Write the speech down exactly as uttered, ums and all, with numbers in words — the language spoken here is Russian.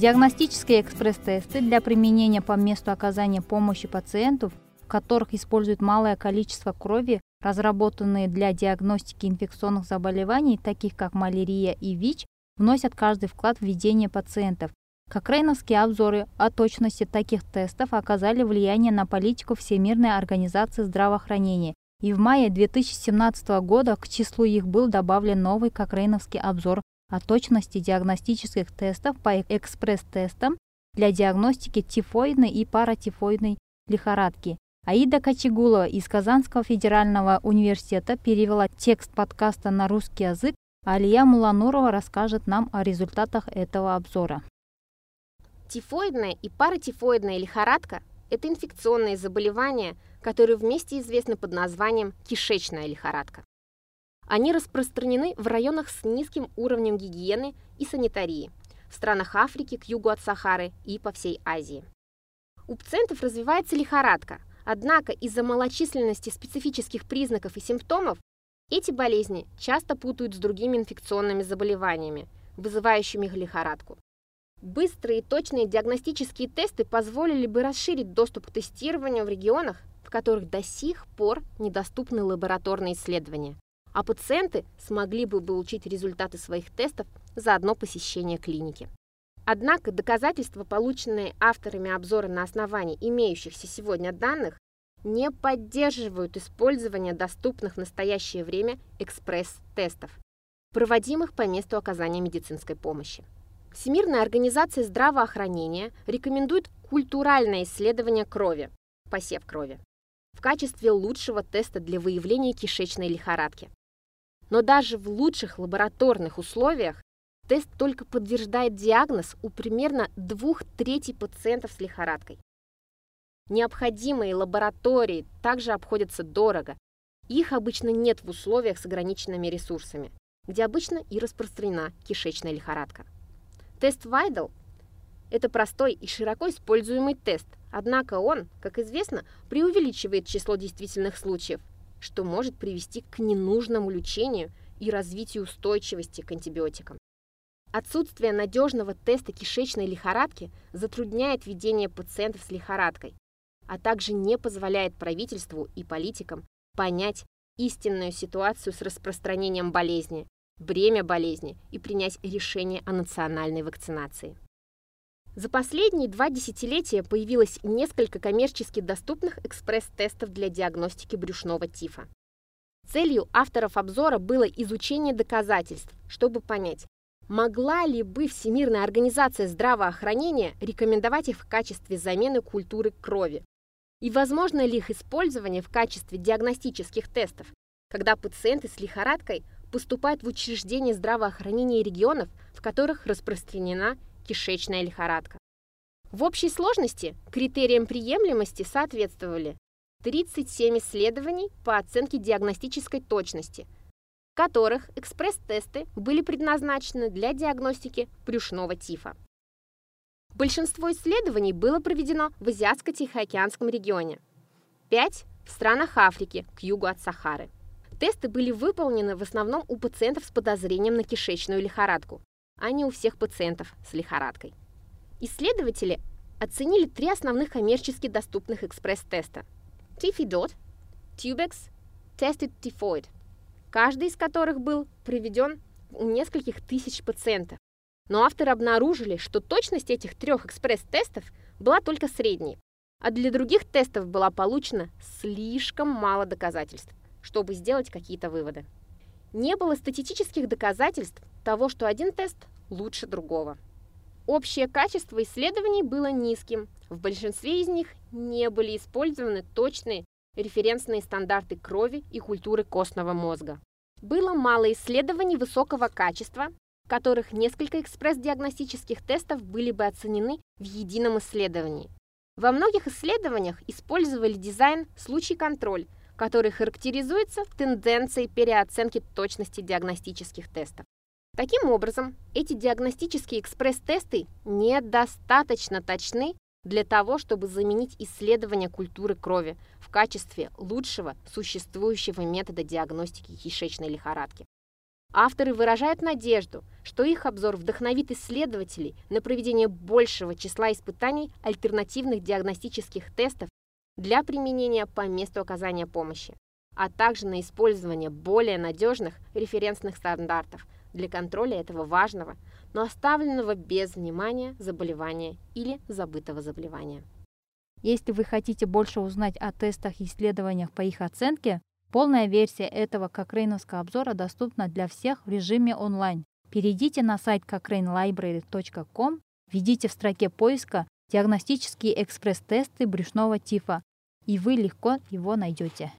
Диагностические экспресс-тесты для применения по месту оказания помощи пациенту, в которых используют малое количество крови, разработанные для диагностики инфекционных заболеваний, таких как малярия и ВИЧ, вносят каждый вклад в ведение пациентов. Кокрейновские обзоры о точности таких тестов оказали влияние на политику Всемирной организации здравоохранения, и в мае две тысячи семнадцатого года к числу их был добавлен новый Кокрейновский обзор о точности диагностических тестов по экспресс-тестам для диагностики тифоидной и паратифоидной лихорадки. Аида Качигулова из Казанского федерального университета перевела текст подкаста на русский язык, а Алия Муланурова расскажет нам о результатах этого обзора. Тифоидная и паратифоидная лихорадка – это инфекционные заболевания, которые вместе известны под названием кишечная лихорадка. Они распространены в районах с низким уровнем гигиены и санитарии, в странах Африки к югу от Сахары и по всей Азии. У пациентов развивается лихорадка, однако из-за малочисленности специфических признаков и симптомов эти болезни часто путают с другими инфекционными заболеваниями, вызывающими лихорадку. Быстрые и точные диагностические тесты позволили бы расширить доступ к тестированию в регионах, в которых до сих пор недоступны лабораторные исследования, а пациенты смогли бы получить результаты своих тестов за одно посещение клиники. Однако доказательства, полученные авторами обзора на основании имеющихся сегодня данных, не поддерживают использование доступных в настоящее время экспресс-тестов, проводимых по месту оказания медицинской помощи. Всемирная организация здравоохранения рекомендует культуральное исследование крови, посев крови, в качестве лучшего теста для выявления кишечной лихорадки. Но даже в лучших лабораторных условиях тест только подтверждает диагноз у примерно двух третей пациентов с лихорадкой. Необходимые лаборатории также обходятся дорого. Их обычно нет в условиях с ограниченными ресурсами, где обычно и распространена кишечная лихорадка. Тест Вайдл – это простой и широко используемый тест, однако он, как известно, преувеличивает число действительных случаев, что может привести к ненужному лечению и развитию устойчивости к антибиотикам. Отсутствие надежного теста кишечной лихорадки затрудняет ведение пациентов с лихорадкой, а также не позволяет правительству и политикам понять истинную ситуацию с распространением болезни, бремя болезни и принять решение о национальной вакцинации. За последние два десятилетия появилось несколько коммерчески доступных экспресс-тестов для диагностики брюшного тифа. Целью авторов обзора было изучение доказательств, чтобы понять, могла ли бы Всемирная организация здравоохранения рекомендовать их в качестве замены культуры крови, и возможно ли их использование в качестве диагностических тестов, когда пациенты с лихорадкой поступают в учреждения здравоохранения регионов, в которых распространена кишечная лихорадка. В общей сложности критериям приемлемости соответствовали тридцать семь исследований по оценке диагностической точности, в которых экспресс-тесты были предназначены для диагностики брюшного тифа. Большинство исследований было проведено в Азиатско-Тихоокеанском регионе, пять в странах Африки к югу от Сахары. Тесты были выполнены в основном у пациентов с подозрением на кишечную лихорадку, а не у всех пациентов с лихорадкой. Исследователи оценили три основных коммерчески доступных экспресс-теста – Tifidot, Tubex, Tested Typhoid, каждый из которых был проведен у нескольких тысяч пациентов. Но авторы обнаружили, что точность этих трех экспресс-тестов была только средней, а для других тестов была получена слишком мало доказательств, чтобы сделать какие-то выводы. Не было статистических доказательств того, что один тест лучше другого. Общее качество исследований было низким. В большинстве из них не были использованы точные референсные стандарты крови и культуры костного мозга. Было мало исследований высокого качества, в которых несколько экспресс-диагностических тестов были бы оценены в едином исследовании. Во многих исследованиях использовали дизайн «случай-контроль», который характеризуется тенденцией переоценки точности диагностических тестов. Таким образом, эти диагностические экспресс-тесты недостаточно точны для того, чтобы заменить исследование культуры крови в качестве лучшего существующего метода диагностики кишечной лихорадки. Авторы выражают надежду, что их обзор вдохновит исследователей на проведение большего числа испытаний альтернативных диагностических тестов для применения по месту оказания помощи, а также на использование более надежных референсных стандартов для контроля этого важного, но оставленного без внимания заболевания или забытого заболевания. Если вы хотите больше узнать о тестах и исследованиях по их оценке, полная версия этого кокрейновского обзора доступна для всех в режиме онлайн. Перейдите на сайт кокрейн лайбрери точка ком, введите в строке поиска «Диагностические экспресс-тесты брюшного тифа», и вы легко его найдете.